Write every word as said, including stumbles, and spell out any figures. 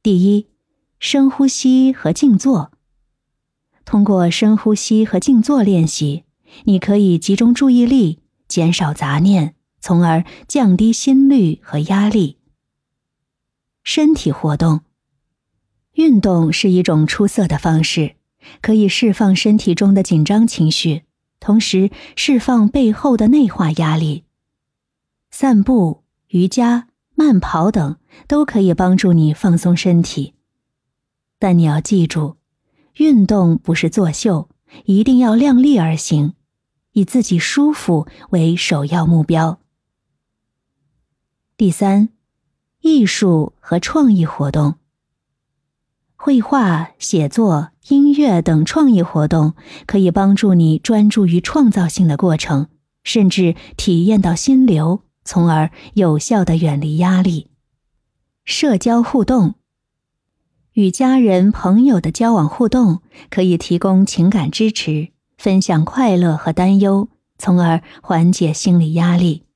第一，深呼吸和静坐。通过深呼吸和静坐练习，你可以集中注意力，减少杂念，从而降低心率和压力。身体活动。运动是一种出色的方式，可以释放身体中的紧张情绪，同时释放背后的内化压力。散步、瑜伽、慢跑等都可以帮助你放松身体。但你要记住，运动不是作秀，一定要量力而行，以自己舒服为首要目标。第三，艺术和创意活动。绘画、写作、音乐等创意活动可以帮助你专注于创造性的过程，甚至体验到心流，从而有效地远离压力。社交互动。与家人、朋友的交往互动可以提供情感支持，分享快乐和担忧，从而缓解心理压力。